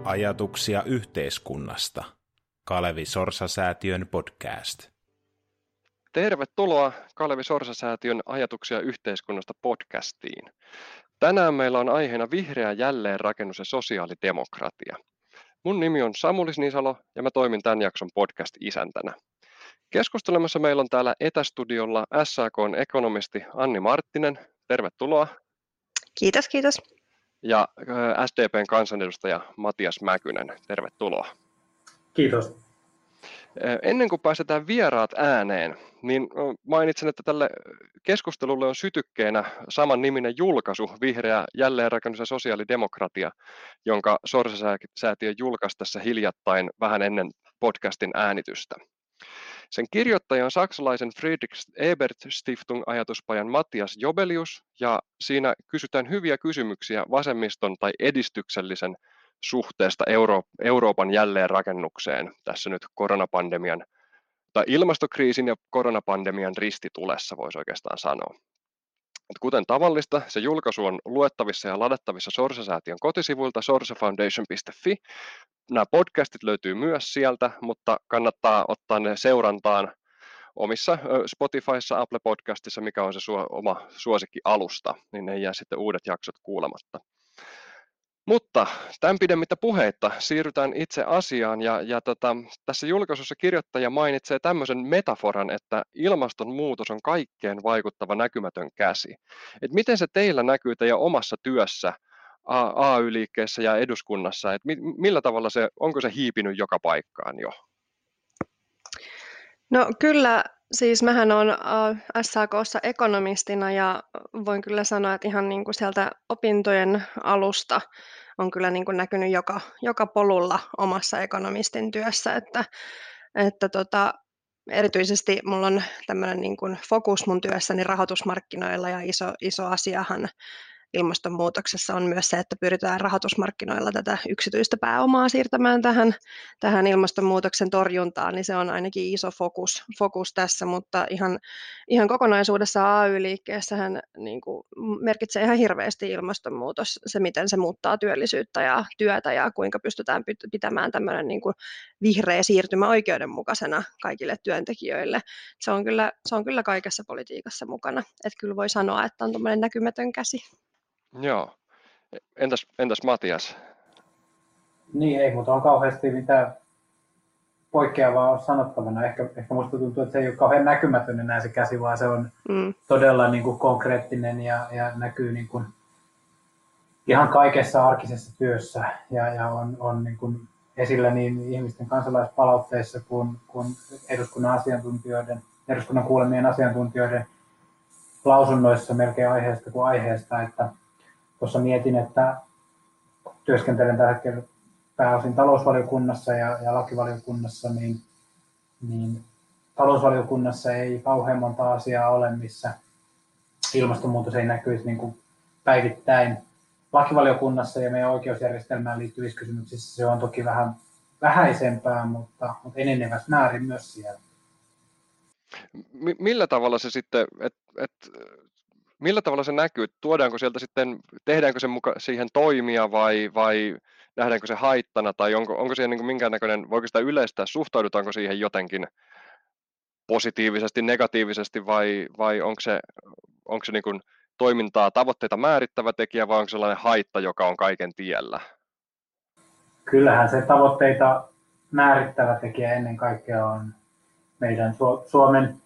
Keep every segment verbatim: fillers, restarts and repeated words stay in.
Ajatuksia yhteiskunnasta. Kalevi Sorsa-säätiön podcast. Tervetuloa Kalevi Sorsa-säätiön Ajatuksia yhteiskunnasta podcastiin. Tänään meillä on aiheena vihreä jälleenrakennus ja sosiaalidemokratia. Mun nimi on Samuli Nisalo ja mä toimin tämän jakson podcast-isäntänä. Keskustelemassa meillä on täällä etästudiolla S A K:n ekonomisti Anni Marttinen. Tervetuloa. Kiitos, kiitos. Ja S D P:n kansanedustaja Matias Mäkynen. Tervetuloa. Kiitos. Ennen kuin päästetään vieraat ääneen, niin mainitsen, että tälle keskustelulle on sytykkeenä saman niminen julkaisu, Vihreä jälleenrakennus ja sosiaalidemokratia, jonka Sorsa-säätiö julkaisi tässä hiljattain vähän ennen podcastin äänitystä. Sen kirjoittaja on saksalaisen Friedrich Ebert Stiftung ajatuspajan Matthias Jobelius, ja siinä kysytään hyviä kysymyksiä vasemmiston tai edistyksellisen suhteesta Euro- Euroopan jälleenrakennukseen tässä nyt koronapandemian tai ilmastokriisin ja koronapandemian ristitulessa, voisi oikeastaan sanoa. Kuten tavallista, se julkaisu on luettavissa ja ladattavissa Sorsa-säätiön kotisivuilta sorsafoundation piste fi. Nämä podcastit löytyy myös sieltä, mutta kannattaa ottaa ne seurantaan omissa Spotifyssa, Apple Podcastissa, mikä on se su- oma suosikkialusta, niin ne jää sitten uudet jaksot kuulematta. Mutta tämän pidemmittä puheitta siirrytään itse asiaan, ja, ja tota, tässä julkaisussa kirjoittaja mainitsee tämmöisen metaforan, että ilmastonmuutos on kaikkeen vaikuttava näkymätön käsi. Et miten se teillä näkyy teidän omassa työssä, A Y-liikkeessä ja eduskunnassa, että millä tavalla se, onko se hiipinyt joka paikkaan jo? No kyllä, siis mähän olen S A K:ssa ekonomistina ja voin kyllä sanoa, että ihan niin kuin sieltä opintojen alusta on kyllä niin kuin näkynyt joka, joka polulla omassa ekonomistin työssä, että, että tota, erityisesti mulla on tämmöinen niin kuin fokus mun työssäni rahoitusmarkkinoilla, ja iso, iso asiahan ilmastonmuutoksessa on myös se, että pyritään rahoitusmarkkinoilla tätä yksityistä pääomaa siirtämään tähän, tähän ilmastonmuutoksen torjuntaan, niin se on ainakin iso fokus, fokus tässä, mutta ihan, ihan kokonaisuudessa A Y-liikkeessähän niin kuin merkitsee ihan hirveästi ilmastonmuutos, se miten se muuttaa työllisyyttä ja työtä ja kuinka pystytään pitämään tämmöinen niin kuin vihreä siirtymä oikeudenmukaisena kaikille työntekijöille. Se on kyllä, se on kyllä kaikessa politiikassa mukana, että kyllä voi sanoa, että on tämmöinen näkymätön käsi. Joo. Entäs, entäs Matias? Niin, ei, mutta on kauheasti mitään poikkeavaa ole sanottavana. Ehkä, ehkä musta tuntuu, että se ei ole kauhean näkymätön enää se käsi, vaan se on mm. todella niin kuin konkreettinen ja, ja näkyy niin kuin ihan kaikessa arkisessa työssä ja, ja on, on niin kuin esillä niin ihmisten kansalaispalautteissa kuin, kuin eduskunnan asiantuntijoiden, eduskunnan kuulemien asiantuntijoiden lausunnoissa melkein aiheesta kuin aiheesta, että tuossa mietin, että työskentelen tällä hetkellä pääosin talousvaliokunnassa ja, ja lakivaliokunnassa, niin, niin talousvaliokunnassa ei kauhean monta asiaa ole, missä ilmastonmuutos ei näkyisi niin kuin päivittäin. Lakivaliokunnassa ja meidän oikeusjärjestelmään liittyvissä kysymyksissä se on toki vähän vähäisempää, mutta, mutta enenevässä määrin myös siellä. Millä tavalla se sitten, et, et, millä tavalla se näkyy? Tuodaanko sieltä sitten, tehdäänkö se muka siihen toimia vai, vai nähdäänkö se haittana tai onko, onko siihen niin kuin minkäännäköinen, voiko sitä yleistää, suhtaudutaanko siihen jotenkin positiivisesti, negatiivisesti vai, vai onko se, onko se niin kuin toimintaa, tavoitteita määrittävä tekijä vai onko sellainen haitta, joka on kaiken tiellä? Kyllähän se tavoitteita määrittävä tekijä ennen kaikkea on meidän Suomen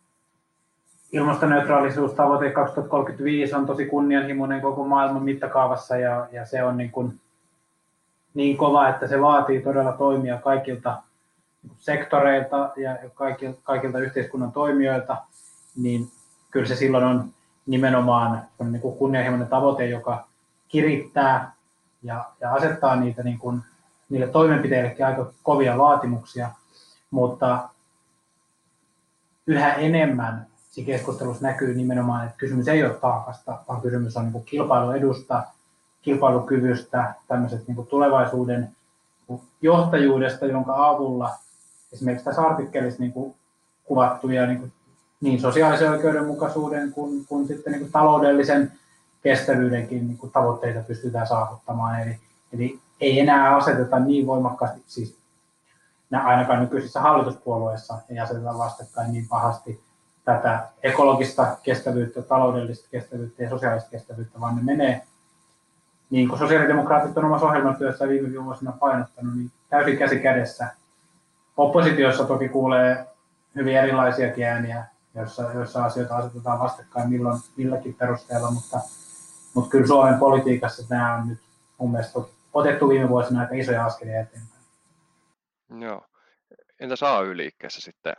ilmastoneutraalisuustavoite kaksituhattakolmekymmentäviisi on tosi kunnianhimoinen koko maailman mittakaavassa ja, ja se on niin, kuin niin kova, että se vaatii todella toimia kaikilta sektoreilta ja kaikilta, kaikilta yhteiskunnan toimijoilta, niin kyllä se silloin on nimenomaan on niin kuin kunnianhimoinen tavoite, joka kirittää ja, ja asettaa niitä niin kuin, niille toimenpiteillekin aika kovia vaatimuksia, mutta yhä enemmän siinä keskustelussa näkyy nimenomaan, että kysymys ei ole taakasta, vaan kysymys on niin kuin kilpailuedusta, kilpailukyvystä, tämmöiset niin kuin tulevaisuuden johtajuudesta, jonka avulla esimerkiksi tässä artikkelissa niin kuin kuvattuja niin, kuin, niin sosiaalisen oikeudenmukaisuuden kuin, kuin sitten niin kuin taloudellisen kestävyydenkin niin kuin tavoitteita pystytään saavuttamaan. Eli Eli ei enää aseteta niin voimakkaasti, siis ainakaan nykyisissä hallituspuolueissa ei aseteta vastakkain niin pahasti tätä ekologista kestävyyttä, taloudellista kestävyyttä ja sosiaalista kestävyyttä, vaan ne menee, niin kuin sosiaalidemokraatit on omassa ohjelmatyössä viime vuosina painottanut, niin täysin käsi kädessä. Oppositiossa toki kuulee hyvin erilaisiakin ääniä, joissa, joissa asioita asetetaan vastakkain milloin milläkin perusteella, mutta, mutta kyllä Suomen politiikassa nämä on nyt mun mielestä otettu viime vuosina aika isoja askelia eteenpäin. Joo. Entäs A Y-liikkeessä sitten?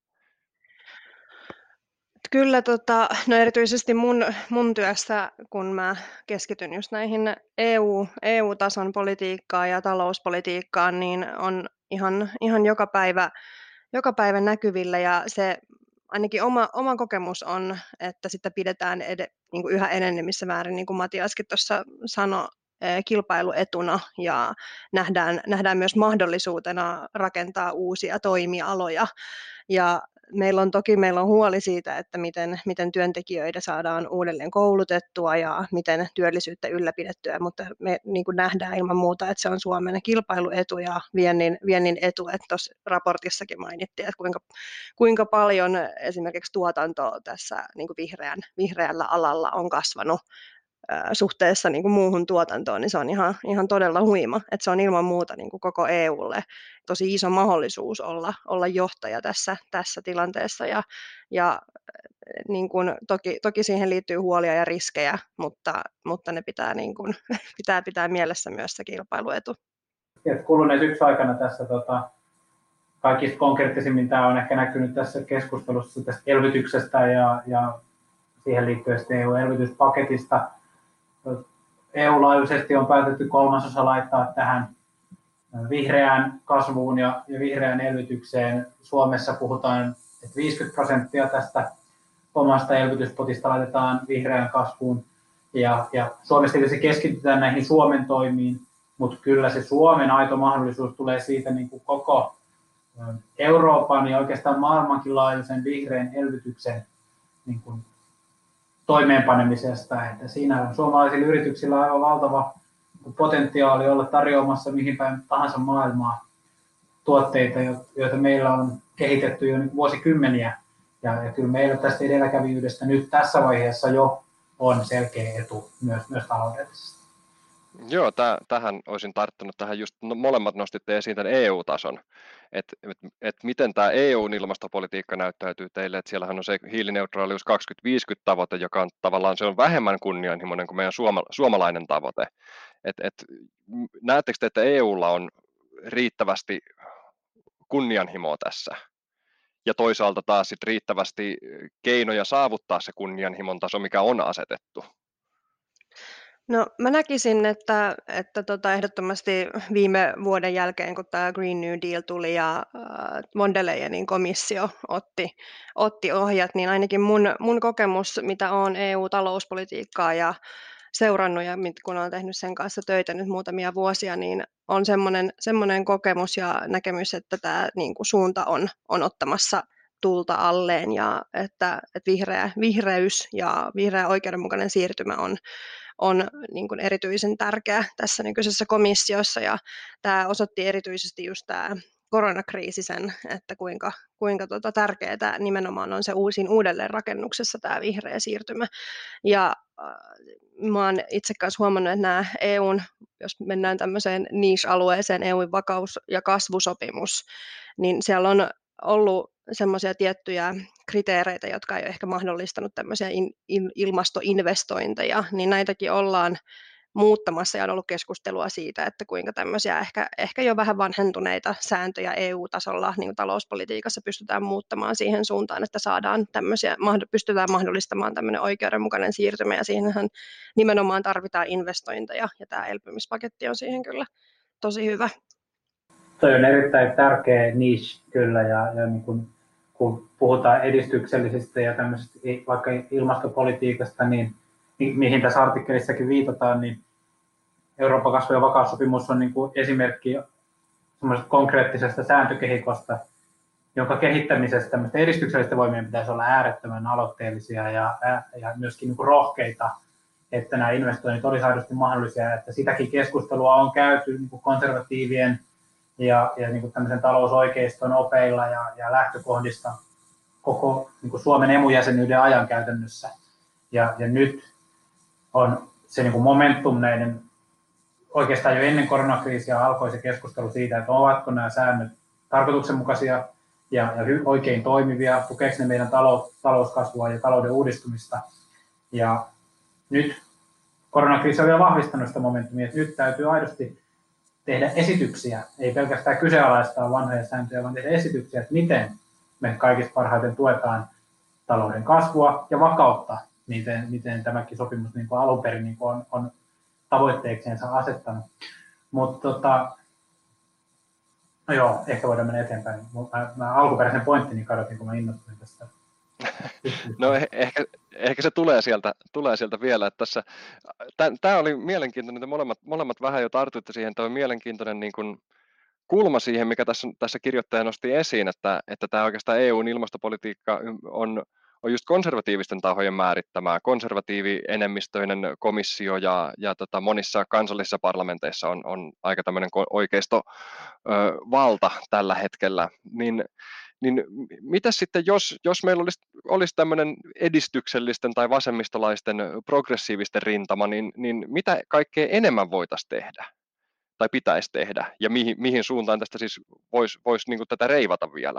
Kyllä, tota, no erityisesti mun, mun työssä, kun mä keskityn just näihin E U, E U-tason politiikkaan ja talouspolitiikkaan, niin on ihan, ihan joka päivä, joka päivä näkyvillä ja se ainakin oma, oma kokemus on, että sitä pidetään ed, niin kuin yhä enenevissä määrin, niin kuin Matiaskin tuossa sanoi, kilpailuetuna ja nähdään, nähdään myös mahdollisuutena rakentaa uusia toimialoja. Ja meillä on toki meillä on huoli siitä, että miten, miten työntekijöitä saadaan uudelleen koulutettua ja miten työllisyyttä ylläpidettyä, mutta me niin kuin nähdään ilman muuta, että se on Suomen kilpailuetu ja viennin, viennin etu. Että tuossa raportissakin mainittiin, että kuinka, kuinka paljon esimerkiksi tuotanto tässä niin kuin vihreän, vihreällä alalla on kasvanut suhteessa niin kuin muuhun tuotantoon, niin se on ihan, ihan todella huima. Että se on ilman muuta niin kuin koko E U:lle tosi iso mahdollisuus olla, olla johtaja tässä, tässä tilanteessa. Ja, ja niin kuin, toki, toki siihen liittyy huolia ja riskejä, mutta, mutta ne pitää, niin kuin, pitää pitää mielessä myös se kilpailuetu. Kuluneen syksyn aikana tässä tota, kaikista konkreettisimmin tämä on ehkä näkynyt tässä keskustelussa tästä elvytyksestä ja, ja siihen liittyen E U-elvytyspaketista. E U-laajuisesti on päätetty kolmasosa laittaa tähän vihreään kasvuun ja, ja vihreään elvytykseen. Suomessa puhutaan, että viisikymmentä prosenttia tästä omasta elvytyspotista laitetaan vihreään kasvuun. Ja, ja Suomessa tietysti keskitytään näihin Suomen toimiin, mutta kyllä se Suomen aito mahdollisuus tulee siitä niin kuin koko Euroopan ja oikeastaan maailmankin laajuisen vihreän elvytyksen niin kuin toimeenpanemisesta, että siinä on suomalaisilla yrityksillä aivan valtava potentiaali olla tarjoamassa mihin päin tahansa maailmaa tuotteita, joita meillä on kehitetty jo vuosikymmeniä. Ja, ja kyllä meillä tästä edelläkävijyydestä nyt tässä vaiheessa jo on selkeä etu myös, myös taloudellisesti. Joo, täh, tähän olisin tarttunut tähän just, no, molemmat nostitte esiin tämän E U-tason, että et, et miten tämä E U:n ilmastopolitiikka näyttäytyy teille, että siellähän on se hiilineutraalius kaksituhattaviisikymmentä tavoite, joka on tavallaan se on vähemmän kunnianhimoinen kuin meidän suoma, suomalainen tavoite. Et, et, näettekö te, että E U:lla on riittävästi kunnianhimoa tässä? Ja toisaalta taas sit riittävästi keinoja saavuttaa se kunnianhimon taso, mikä on asetettu? No mä näkisin, että, että tota, ehdottomasti viime vuoden jälkeen, kun tämä Green New Deal tuli ja äh, von der Leyenin komissio otti, otti ohjat, niin ainakin mun, mun kokemus, mitä olen E U-talouspolitiikkaa ja seurannut ja kun olen tehnyt sen kanssa töitä nyt muutamia vuosia, niin on semmoinen, semmoinen kokemus ja näkemys, että tämä niin kuin suunta on, on ottamassa tulta alleen ja että, että vihreä, vihreys ja vihreä oikeudenmukainen siirtymä on, on niin kuin erityisen tärkeä tässä nykyisessä komissiossa ja tämä osoitti erityisesti just tämä koronakriisi sen, että kuinka, kuinka tota tärkeää nimenomaan on se uusin uudelleenrakennuksessa tämä vihreä siirtymä. Ja äh, mä oon itse kanssa huomannut, että nämä E U:n, jos mennään tämmöiseen niche-alueeseen, E U:n vakaus- ja kasvusopimus, niin siellä on ollut semmoisia tiettyjä kriteereitä, jotka ei ole ehkä mahdollistanut tämmöisiä in, in, ilmastoinvestointeja, niin näitäkin ollaan muuttamassa ja on ollut keskustelua siitä, että kuinka tämmöisiä ehkä, ehkä jo vähän vanhentuneita sääntöjä E U-tasolla niin talouspolitiikassa pystytään muuttamaan siihen suuntaan, että saadaan tämmöisiä, pystytään mahdollistamaan tämmöinen oikeudenmukainen siirtymä ja siihenhän nimenomaan tarvitaan investointeja ja tämä elpymispaketti on siihen kyllä tosi hyvä. Toi on erittäin tärkeä niche kyllä ja, ja niin kun, kun puhutaan edistyksellisistä ja tämmöisestä vaikka ilmastopolitiikasta, niin mihin tässä artikkelissakin viitataan, niin Euroopan kasvu- ja vakaussopimus on niin kuin esimerkki semmoisesta konkreettisesta sääntökehikosta, jonka kehittämisestä edistyksellisten voimien pitäisi olla äärettömän aloitteellisia ja, ja myöskin niin kuin rohkeita. että nämä investoinnit olisi aidosti mahdollisia, että sitäkin keskustelua on käyty niin kuin konservatiivien ja, ja niin kuin tämmöisen talousoikeiston opeilla ja, ja lähtökohdista koko niin kuin Suomen emujäsenyyden ajan käytännössä. Ja, ja nyt on se niin kuin momentum näiden, oikeastaan jo ennen koronakriisiä alkoi se keskustelu siitä, että ovatko nämä säännöt tarkoituksenmukaisia ja, ja oikein toimivia, tukeeko ne meidän talous, talouskasvua ja talouden uudistumista. Ja nyt koronakriisi on vielä vahvistanut sitä momentumia, että nyt täytyy aidosti tehdä esityksiä, ei pelkästään kyseenalaistaa vanhoja sääntöjä, vaan tehdä esityksiä, että miten me kaikista parhaiten tuetaan talouden kasvua ja vakautta, miten, miten tämäkin sopimus niin kuin alun perin niin kuin on, on tavoitteekseensa asettanut. Mutta tota, no joo, ehkä voidaan mennä eteenpäin. Mä, mä alkuperäisen pointtini kadotin, kun mä innostuin tästä. No ehkä, ehkä se tulee sieltä, tulee sieltä vielä. Tämä oli mielenkiintoinen, että molemmat, molemmat vähän jo tartuitte siihen. Tämä on mielenkiintoinen niin kuin kulma siihen, mikä tässä, tässä kirjoittaja nosti esiin, että, että tämä oikeastaan E U:n ilmastopolitiikka on, on just konservatiivisten tahojen määrittämää. Konservatiivienemmistöinen komissio ja, ja tota, monissa kansallisissa parlamenteissa on, on aika tämmöinen oikeistovalta tällä hetkellä. Niin, niin mitä sitten, jos, jos meillä olisi, olisi tämmöinen edistyksellisten tai vasemmistolaisten progressiivisten rintama, niin, niin mitä kaikkea enemmän voitaisiin tehdä tai pitäisi tehdä, ja mihin, mihin suuntaan tästä siis voisi vois niin kuin tätä reivata vielä?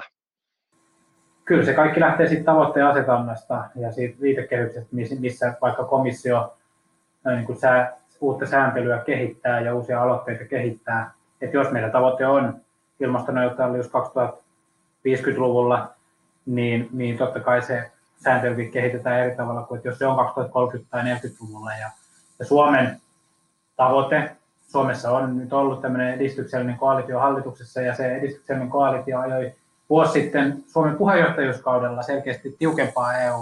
Kyllä se kaikki lähtee siitä tavoitteen asetannasta ja siitä viitekehyksestä, missä vaikka komissio niin kuin sää, uutta sääntelyä kehittää ja uusia aloitteita kehittää. Että jos meidän tavoite on ilmastoneutraalius kaksituhattaviisikymmentäluvulla, niin, niin totta kai se sääntely kehitetään eri tavalla kuin jos se on kaksituhattakolmekymmentä- tai neljäkymmentäluvulla. Ja, ja Suomen tavoite, Suomessa on nyt ollut tämmöinen edistyksellinen koalitio hallituksessa, ja se edistyksellinen koalitio ajoi vuosi sitten Suomen puheenjohtajuuskaudella selkeästi tiukempaa E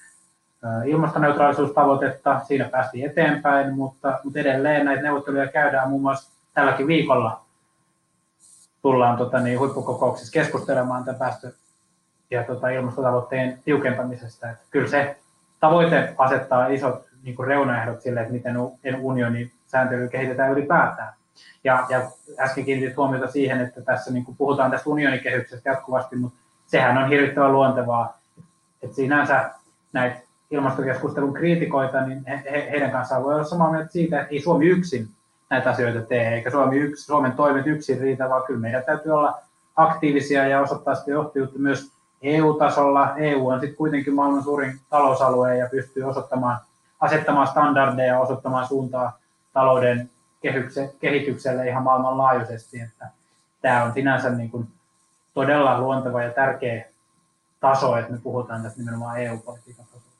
U-ilmastoneutraalisuustavoitetta. Siinä päästiin eteenpäin, mutta, mutta edelleen näitä neuvotteluja käydään muun muassa tälläkin viikolla. Tullaan tota, niin, huippukokouksessa keskustelemaan tämän päästö- ja tota, ilmastotavoitteen tiukentamisesta. Että kyllä se tavoite asettaa isot niin kuin reunaehdot sille, että miten unionin sääntelyä kehitetään ylipäätään. Ja, ja äsken kiinnitit huomiota siihen, että tässä niin kuin puhutaan tästä unionikehyksestä jatkuvasti, mutta sehän on hirvittävän luontevaa, että sinänsä näitä ilmastokeskustelun kriitikoita, niin he, he, heidän kanssaan voi olla samaa mieltä siitä, että ei Suomi yksin näitä asioita tee, eikä Suomi yksi, Suomen toimet yksin riitä, vaan kyllä meidän täytyy olla aktiivisia ja osoittaa sitä johtajuutta myös E U-tasolla. E U on sitten kuitenkin maailman suurin talousalue ja pystyy osoittamaan, asettamaan standardeja, osoittamaan suuntaa talouden kehitykselle ihan maailmanlaajuisesti. Että tämä on sinänsä niin kuin todella luonteva ja tärkeä taso, että me puhutaan tästä nimenomaan E U-politiikan tasolla.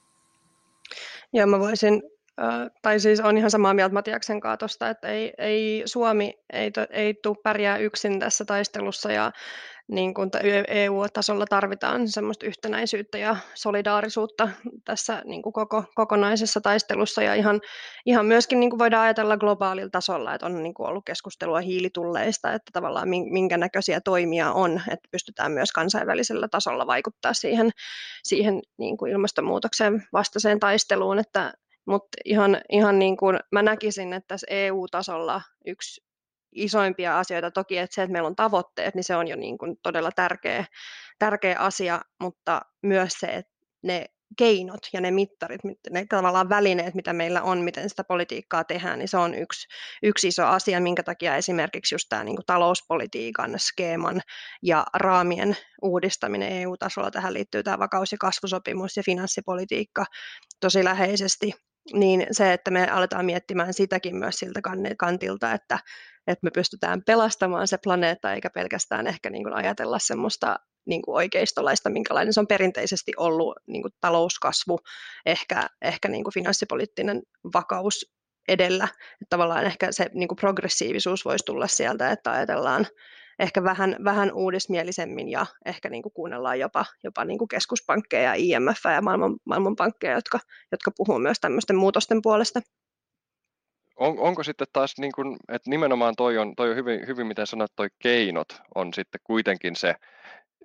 Joo, mä voisin, tai siis on ihan samaa mieltä Matiaksen kanssa tuosta, että ei, ei Suomi ei, ei tule pärjää yksin tässä taistelussa, ja niin kuin E U-tasolla tarvitaan semmoista yhtenäisyyttä ja solidaarisuutta tässä niin kuin koko kokonaisessa taistelussa, ja ihan, ihan myöskin niin kuin voidaan ajatella globaalilla tasolla, että on niin kuin ollut keskustelua hiilitulleista, että tavallaan minkä näköisiä toimia on, että pystytään myös kansainvälisellä tasolla vaikuttaa siihen, siihen niin kuin ilmastonmuutoksen vastaiseen taisteluun, että mutta ihan, ihan niin kuin mä näkisin, että tässä E U-tasolla yksi isoimpia asioita toki, että se, että meillä on tavoitteet, niin se on jo niin kuin todella tärkeä, tärkeä asia, mutta myös se, että ne keinot ja ne mittarit, ne tavallaan välineet, mitä meillä on, miten sitä politiikkaa tehdään, niin se on yksi, yksi iso asia, minkä takia esimerkiksi just tämä niin kuin talouspolitiikan skeeman ja raamien uudistaminen E U-tasolla, tähän liittyy tämä vakaus- ja kasvusopimus ja finanssipolitiikka tosi läheisesti, niin se, että me aletaan miettimään sitäkin myös siltä kantilta, että, että me pystytään pelastamaan se planeetta, eikä pelkästään ehkä niin kuin ajatella semmoista niin kuin oikeistolaista, minkälainen se on perinteisesti ollut, niin kuin talouskasvu, ehkä, ehkä niin kuin finanssipoliittinen vakaus edellä. Että tavallaan ehkä se niin kuin progressiivisuus voisi tulla sieltä, että ajatellaan ehkä vähän, vähän uudismielisemmin ja ehkä niin kuin kuunnellaan jopa, jopa niin kuin keskuspankkeja, I M F ja maailman, maailmanpankkeja, jotka, jotka puhuu myös tämmöisten muutosten puolesta. On, onko sitten taas, niin kuin, että nimenomaan toi on, toi on hyvin, hyvin, miten sanot, toi keinot on sitten kuitenkin se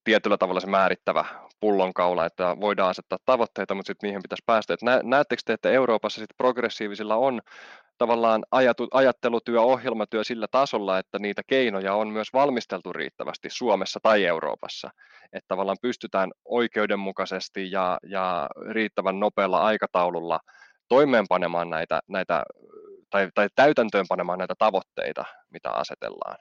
tietyllä tavalla se määrittävä pullonkaula, että voidaan asettaa tavoitteita, mutta sitten niihin pitäisi päästä. Et nä, näettekö te, että Euroopassa sit progressiivisilla on tavallaan ajatu, ajattelutyö, ohjelmatyö sillä tasolla, että niitä keinoja on myös valmisteltu riittävästi Suomessa tai Euroopassa, että tavallaan pystytään oikeudenmukaisesti ja, ja riittävän nopealla aikataululla toimeenpanemaan näitä, näitä tai, tai täytäntöönpanemaan näitä tavoitteita, mitä asetellaan?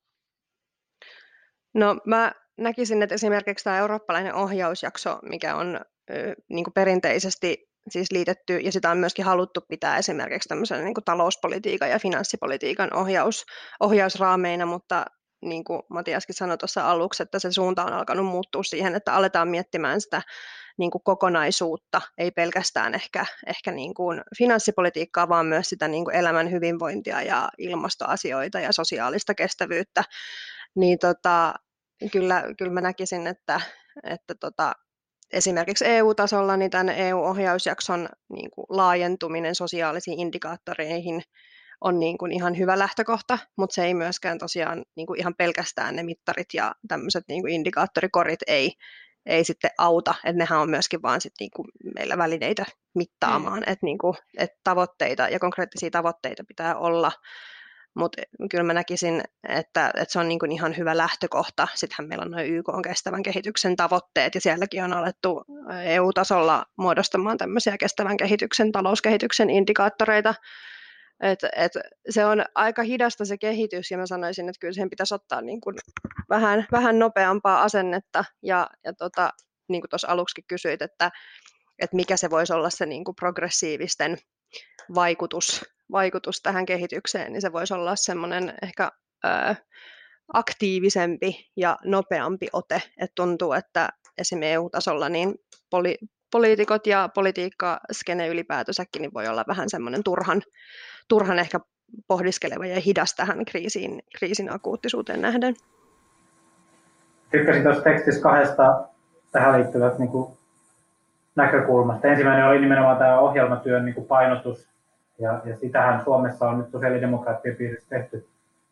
No mä näkisin, että esimerkiksi tämä eurooppalainen ohjausjakso, mikä on ö, niin kuin perinteisesti siis liitetty, ja sitä on myöskin haluttu pitää esimerkiksi tämmöisen niin kuin talouspolitiikan ja finanssipolitiikan ohjaus, ohjausraameina, mutta niin kuin Matiaskin sanoi tuossa aluksi, että se suunta on alkanut muuttua siihen, että aletaan miettimään sitä niin kuin kokonaisuutta, ei pelkästään ehkä, ehkä niin kuin finanssipolitiikkaa, vaan myös sitä niin kuin elämän hyvinvointia ja ilmastoasioita ja sosiaalista kestävyyttä. Niin tota, kyllä, kyllä mä näkisin, että, että tota, esimerkiksi E U-tasolla niin tämän E U-ohjausjakson niin kuin laajentuminen sosiaalisiin indikaattoreihin on niin kuin ihan hyvä lähtökohta, mutta se ei myöskään tosiaan niin kuin ihan pelkästään ne mittarit ja tämmöiset niin kuin indikaattorikorit ei, ei sitten auta, että nehän on myöskin vaan sit niin kuin meillä välineitä mittaamaan, mm. että niin kuin, että tavoitteita ja konkreettisia tavoitteita pitää olla. Mutta kyllä mä näkisin, että, että se on niin kuin ihan hyvä lähtökohta. Sittenhän meillä on noin Y K:n kestävän kehityksen tavoitteet, ja sielläkin on alettu E U-tasolla muodostamaan tämmöisiä kestävän kehityksen, talouskehityksen indikaattoreita. Et, et se on aika hidasta se kehitys, ja mä sanoisin, että kyllä siihen pitäisi ottaa niin kuin vähän, vähän nopeampaa asennetta. Ja, ja tota, niin kuin tuossa aluksi kysyit, että, että mikä se voisi olla se niin kuin progressiivisten vaikutus, vaikutus tähän kehitykseen, niin se voisi olla semmoinen ehkä ää, aktiivisempi ja nopeampi ote. Et tuntuu, että esimerkiksi E U-tasolla niin poli- poliitikot ja politiikka-skene ylipäätänsäkin niin voi olla vähän semmoinen turhan, turhan ehkä pohdiskeleva ja hidas tähän kriisiin, kriisin akuuttisuuteen nähden. Tykkäsin tuossa tekstissä kahdesta tähän liittyvät niin kuin näkökulmasta. Ensimmäinen oli nimenomaan tämä ohjelmatyön niin kuin painotus, ja, ja sitähän Suomessa on nyt sosiaalidemokraattien piirissä tehty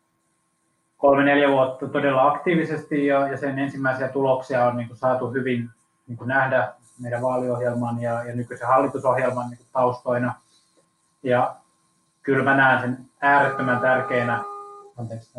kolme neljä vuotta todella aktiivisesti, ja, ja sen ensimmäisiä tuloksia on niin kuin saatu hyvin niin kuin nähdä meidän vaaliohjelman ja, ja nykyisen hallitusohjelman niin kuin taustoina. Ja kyllä mä näen sen äärettömän tärkeänä, anteeksi,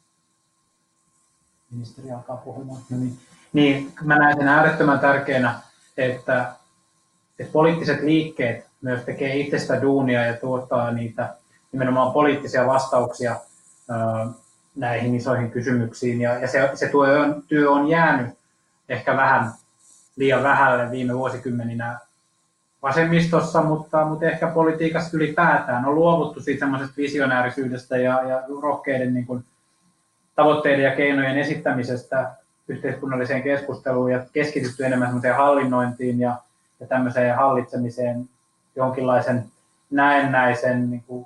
ministeri alkaa puhumaan, no niin, niin mä näen sen äärettömän tärkeänä, että, että poliittiset liikkeet myös tekee itsestä duunia ja tuottaa niitä nimenomaan poliittisia vastauksia ää, näihin isoihin kysymyksiin. Ja, ja se, se työ, on, työ on jäänyt ehkä vähän liian vähälle viime vuosikymmeninä vasemmistossa, mutta, mutta ehkä politiikassa ylipäätään on luovuttu siitä semmoisesta visionäärisyydestä ja, ja rohkeiden niin kuin, tavoitteiden ja keinojen esittämisestä yhteiskunnalliseen keskusteluun ja keskitytty enemmän semmoiseen hallinnointiin ja, ja tämmöiseen hallitsemiseen jonkinlaisen näennäisen niin kuin,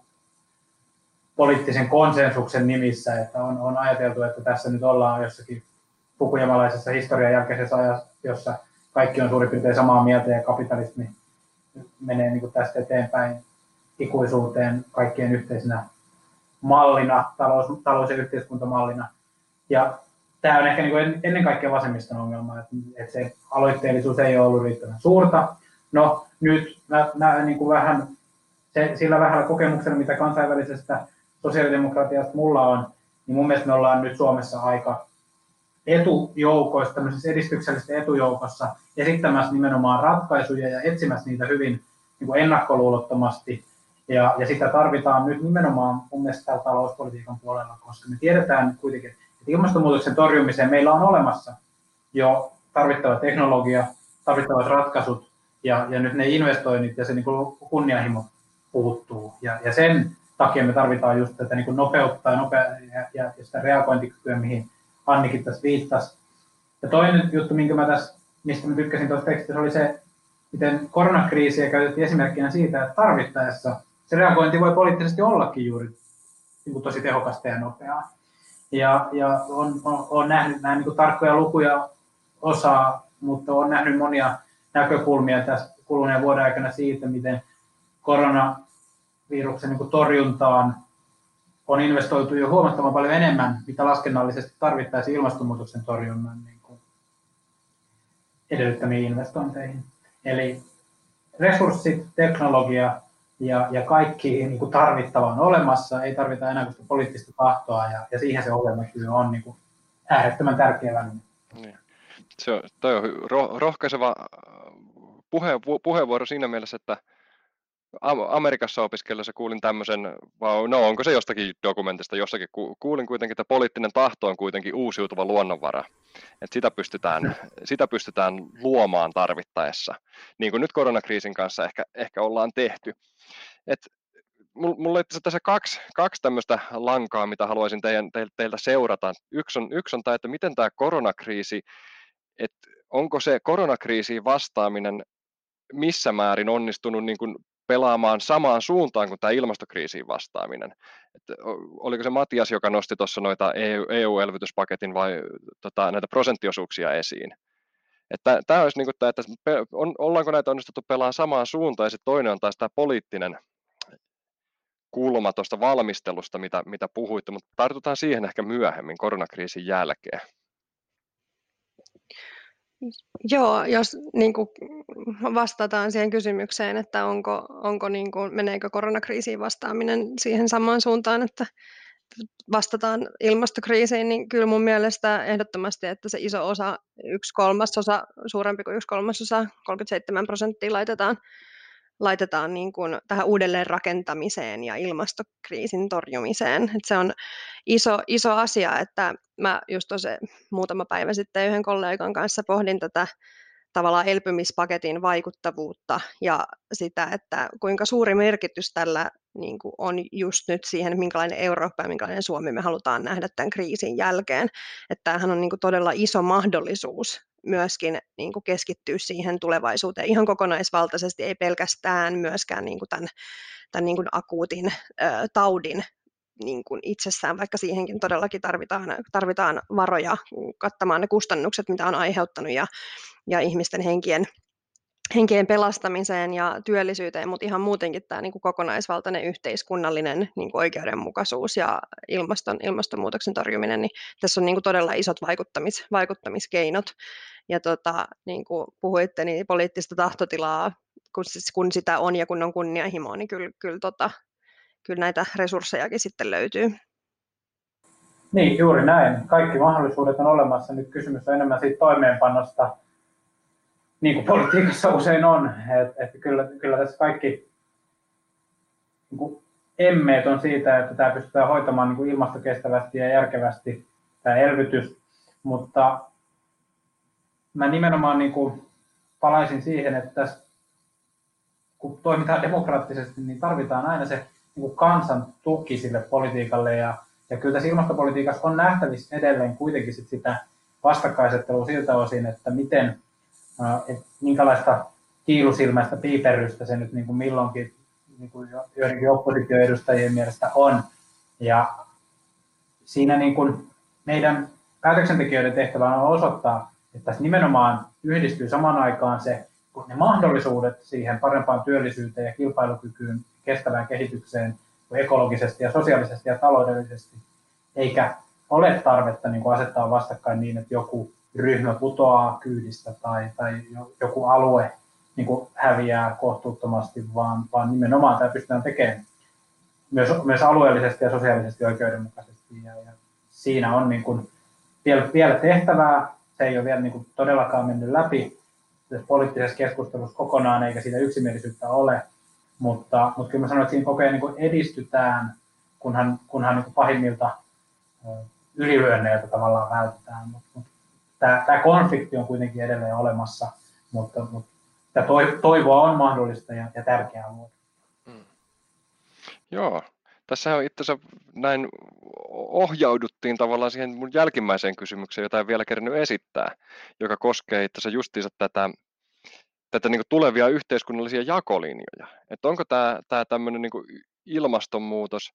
poliittisen konsensuksen nimissä, että on, on ajateltu, että tässä nyt ollaan jossakin fukuyamalaisessa historian jälkeisessä ajassa, jossa kaikki on suurin piirtein samaa mieltä ja kapitalismi menee niin kuin tästä eteenpäin ikuisuuteen kaikkien yhteisenä mallina, talous, talous- ja yhteiskuntamallina. Ja tämä on ehkä niin kuin ennen kaikkea vasemmiston ongelma, että, että se aloitteellisuus ei ole ollut riittävän suurta. No nyt mä, mä niin kuin vähän, se, sillä vähällä kokemuksella, mitä kansainvälisestä sosiaalidemokratiasta mulla on, niin mun mielestä me ollaan nyt Suomessa aika etujoukoissa, tämmöisessä edistyksellisessä etujoukossa esittämässä nimenomaan ratkaisuja ja etsimässä niitä hyvin niin kuin ennakkoluulottomasti. Ja, ja sitä tarvitaan nyt nimenomaan mun mielestä täällä talouspolitiikan puolella, koska me tiedetään kuitenkin, että ilmastonmuutoksen torjumiseen meillä on olemassa jo tarvittava teknologia, tarvittavat ratkaisut ja, ja nyt ne investoinnit ja se niin kuin kunnianhimo puuttuu. Ja, ja sen takia me tarvitaan just tätä niin kuin nopeutta ja, nopea, ja, ja sitä reagointikykyä, mihin Annikin tässä viittasi. Ja toinen juttu, minkä mä tässä, mistä mä tykkäsin tuossa tekstissä, oli se, miten koronakriisiä käytettiin esimerkkinä siitä, että tarvittaessa se reagointi voi poliittisesti ollakin juuri niin kuin tosi tehokasta ja nopeaa. Ja, ja on, on, on nähnyt näin niin kuin tarkkoja lukuja osaa, mutta olen nähnyt monia näkökulmia tässä kuluneen vuoden aikana siitä, miten koronaviruksen niin kuin torjuntaan on investoitu jo huomattavan paljon enemmän, mitä laskennallisesti tarvittaisiin ilmastonmuutoksen torjunnan niin kuin edellyttämiin investointeihin. Eli resurssit, teknologia ja, ja kaikki niin kuin tarvittava on olemassa, ei tarvita enää sitä poliittista tahtoa, ja, ja siihen se ohjelmatyö on niin kuin äärettömän tärkeä väline. Niin. Se on, toi on ro, rohkaiseva puhe, puheenvuoro siinä mielessä, että Amerikassa opiskellessa kuulin tämmöisen, vai no onko se jostakin dokumentista, jossakin kuulin kuitenkin, että poliittinen tahto on kuitenkin uusiutuva luonnonvara. Että sitä pystytään, sitä pystytään luomaan tarvittaessa, niin kuin nyt koronakriisin kanssa ehkä, ehkä ollaan tehty. Et mulla on tässä kaksi, kaksi tämmöistä lankaa, mitä haluaisin teidän, teiltä seurata. Yksi on, yksi on tämä, että miten tämä koronakriisi, että onko se koronakriisiin vastaaminen missä määrin onnistunut niin kuin pelaamaan samaan suuntaan kuin tämä ilmastokriisiin vastaaminen. Että oliko se Matias, joka nosti tuossa noita E U-elvytyspaketin vai tota, näitä prosenttiosuuksia esiin? Että tämä olisi niin kuin tämä, että on, ollaanko näitä onnistuttu pelaamaan samaan suuntaan, ja sitten toinen on taas tämä poliittinen kulma tuosta valmistelusta, mitä, mitä puhuitte, mutta tartutaan siihen ehkä myöhemmin koronakriisin jälkeen. Joo, jos niin kuin vastataan siihen kysymykseen, että onko, onko niin kuin, meneekö koronakriisiin vastaaminen siihen samaan suuntaan, että vastataan ilmastokriisiin, niin kyllä mun mielestä ehdottomasti, että se iso osa, yksi kolmasosa, suurempi kuin yksi kolmasosa, kolmekymmentäseitsemän prosenttia laitetaan, laitetaan niin kuin tähän uudelleen rakentamiseen ja ilmastokriisin torjumiseen. Et se on iso, iso asia, että mä just tosi muutama päivä sitten yhden kollegan kanssa pohdin tätä tavallaan elpymispaketin vaikuttavuutta ja sitä, että kuinka suuri merkitys tällä niin kuin on just nyt siihen, minkälainen Eurooppa ja minkälainen Suomi me halutaan nähdä tämän kriisin jälkeen. Että tämähän on niin kuin todella iso mahdollisuus myöskin niin kuin keskittyä siihen tulevaisuuteen ihan kokonaisvaltaisesti, ei pelkästään myöskään niin kuin tämän, tämän niin kuin akuutin ö, taudin niin kuin itsessään, vaikka siihenkin todellakin tarvitaan, tarvitaan varoja kattamaan ne kustannukset, mitä on aiheuttanut ja, ja ihmisten henkien, henkien pelastamiseen ja työllisyyteen, mutta ihan muutenkin tämä niin kuin kokonaisvaltainen yhteiskunnallinen niin kuin oikeudenmukaisuus ja ilmaston, ilmastonmuutoksen torjuminen, niin tässä on niin kuin todella isot vaikuttamis, vaikuttamiskeinot. Ja tota, niin kuin puhuitte, niin poliittista tahtotilaa, kun, siis, kun sitä on ja kun on kunnianhimoa, niin kyllä, kyllä, tota, kyllä näitä resurssejakin sitten löytyy. Niin, juuri näin. Kaikki mahdollisuudet on olemassa. Nyt kysymys on enemmän siitä toimeenpanosta, niin kuin politiikassa usein on. Että et kyllä, kyllä tässä kaikki niin kuin emmeet on siitä, että tämä pystytään hoitamaan niin kuin ilmastokestävästi ja järkevästi, tämä elvytys. Mutta mä nimenomaan niin kuin palaisin siihen, että tässä, kun toimitaan demokraattisesti, niin tarvitaan aina se niin kuin kansan tuki sille politiikalle. Ja, ja kyllä tässä ilmastopolitiikassa on nähtävissä edelleen kuitenkin sit sitä vastakkaisettelua siltä osin, että miten, että minkälaista kiilusilmäistä piiperrystä se nyt niin kuin milloinkin niin kuin joidenkin oppositioedustajien mielestä on. Ja siinä niin kuin meidän päätöksentekijöiden tehtävä on osoittaa, että tässä nimenomaan yhdistyy samaan aikaan se, ne mahdollisuudet siihen parempaan työllisyyteen ja kilpailukykyyn, kestävään kehitykseen ekologisesti ja sosiaalisesti ja taloudellisesti, eikä ole tarvetta niin kuin asettaa vastakkain niin, että joku ryhmä putoaa kyydistä tai, tai joku alue niin kuin häviää kohtuuttomasti, vaan, vaan nimenomaan tämä pystytään tekemään myös, myös alueellisesti ja sosiaalisesti oikeudenmukaisesti. Ja, ja siinä on niin kuin vielä, vielä tehtävää, se ei ole vielä niin kuin todellakaan mennyt läpi poliittisessa keskustelussa kokonaan, eikä siitä yksimielisyyttä ole, mutta, mutta kyllä mä sanoin, että siinä koko ajan niin kuin edistytään, kunhan, kunhan niin kuin pahimmilta ylilyönneiltä tavallaan vältetään. Mutta, mutta tämä, tämä konflikti on kuitenkin edelleen olemassa, mutta, mutta tämä toivoa on mahdollista ja, ja tärkeää luoda. Mm. Joo, tässä on itse asiassa näin ohjauduttiin tavallaan siihen mun jälkimmäiseen kysymykseen, jota en vielä kerännyt esittää, joka koskee itse asiassa justiinsa tätä, tätä niin kuin tulevia yhteiskunnallisia jakolinjoja. Että onko tämä, tämä tämmöinen niin kuin ilmastonmuutos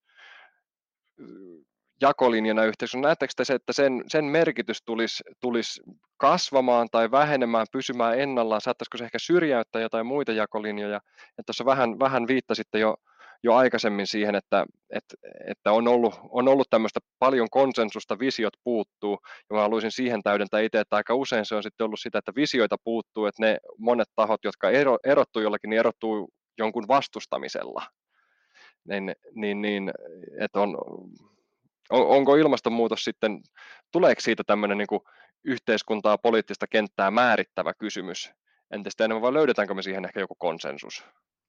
jakolinjana yhteiskunnassa, näettekö te se, että sen, sen merkitys tulisi, tulisi kasvamaan tai vähenemään, pysymään ennallaan, saattaisiko se ehkä syrjäyttää jotain muita jakolinjoja, että tuossa vähän, vähän viittasitte jo, jo aikaisemmin siihen, että, että, että on, ollut, on ollut tämmöistä paljon konsensusta, visiot puuttuu, ja mä haluaisin siihen täydentää itse, että aika usein se on sitten ollut sitä, että visioita puuttuu, että ne monet tahot, jotka ero, erottuu jollakin, niin erottuu jonkun vastustamisella. Niin, niin, niin että on, on, onko ilmastonmuutos sitten, tuleeko siitä tämmöinen niin kuin yhteiskuntaa, poliittista kenttää määrittävä kysymys entistä enemmän, vai löydetäänkö me siihen ehkä joku konsensus?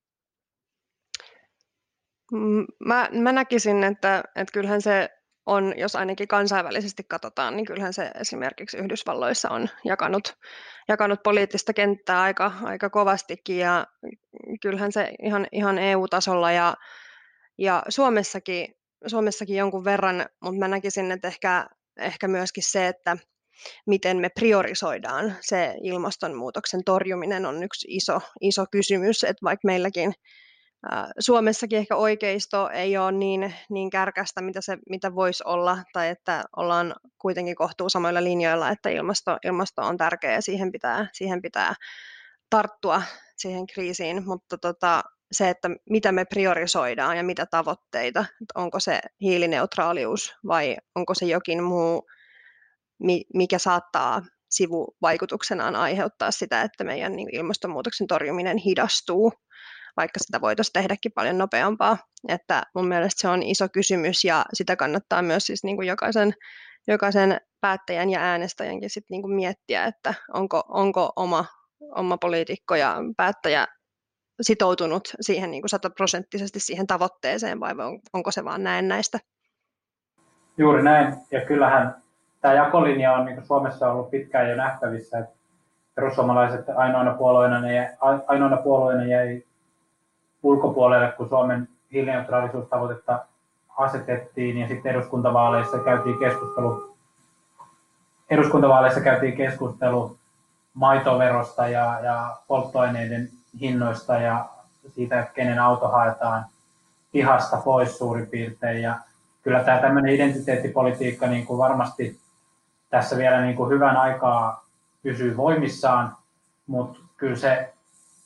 Mä, mä näkisin, että, että kyllähän se on, jos ainakin kansainvälisesti katsotaan, niin kyllähän se esimerkiksi Yhdysvalloissa on jakanut, jakanut poliittista kenttää aika, aika kovastikin, ja kyllähän se ihan, ihan E U-tasolla ja, ja Suomessakin, Suomessakin jonkun verran, mutta mä näkisin, että ehkä, ehkä myöskin se, että miten me priorisoidaan se ilmastonmuutoksen torjuminen on yksi iso, iso kysymys, että vaikka meilläkin Suomessakin ehkä oikeisto ei ole niin, niin kärkästä, mitä se mitä voisi olla, tai että ollaan kuitenkin kohtuu samoilla linjoilla, että ilmasto, ilmasto on tärkeä ja siihen pitää, siihen pitää tarttua siihen kriisiin, mutta tota, se, että mitä me priorisoidaan ja mitä tavoitteita, että onko se hiilineutraalius vai onko se jokin muu, mikä saattaa sivuvaikutuksenaan aiheuttaa sitä, että meidän ilmastonmuutoksen torjuminen hidastuu, vaikka sitä voitaisiin tehdäkin paljon nopeampaa. Että mun mielestä se on iso kysymys ja sitä kannattaa myös siis niin kuin jokaisen, jokaisen päättäjän ja äänestäjänkin sit niin kuin miettiä, että onko, onko oma, oma poliitikko ja päättäjä sitoutunut siihen niin kuin sataprosenttisesti siihen tavoitteeseen vai onko se vaan näennäistä? Juuri näin. Ja kyllähän tämä jakolinja on niin kuin Suomessa ollut pitkään jo nähtävissä, että perussuomalaiset ainoana puolueena, jäi, ainoana puolueena jäi ulkopuolelle, kun Suomen hiilineutraalisuustavoitetta asetettiin, ja sitten eduskuntavaaleissa käytiin keskustelu, eduskuntavaaleissa käytiin keskustelu maitoverosta ja, ja polttoaineiden hinnoista ja siitä, että kenen auto haetaan pihasta pois suurin piirtein. Ja kyllä tämä tämmöinen identiteettipolitiikka niin kuin varmasti tässä vielä niin kuin hyvän aikaa pysyy voimissaan, mutta kyllä se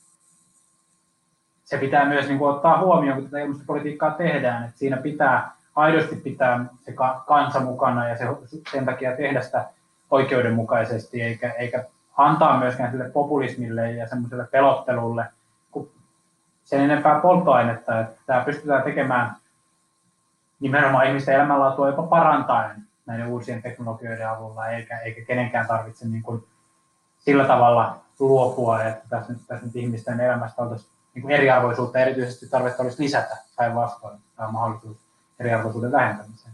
Se pitää myös niin kuin ottaa huomioon, kun tätä ilmastopolitiikkaa tehdään, että siinä pitää aidosti pitää se kansa mukana ja se, sen takia tehdä sitä oikeudenmukaisesti, eikä, eikä antaa myöskään sille populismille ja semmoiselle pelottelulle sen enempää polttoainetta, että tämä pystytään tekemään nimenomaan ihmisten elämänlaatua jopa parantaen näiden uusien teknologioiden avulla, eikä, eikä kenenkään tarvitse niin kuin sillä tavalla luopua, että tässä nyt, tässä nyt ihmisten elämästä oltaisiin niin eriarvoisuutta erityisesti tarvetta olisi lisätä päinvastoin. Tämä on mahdollisuus eriarvoisuuden vähentämiseen.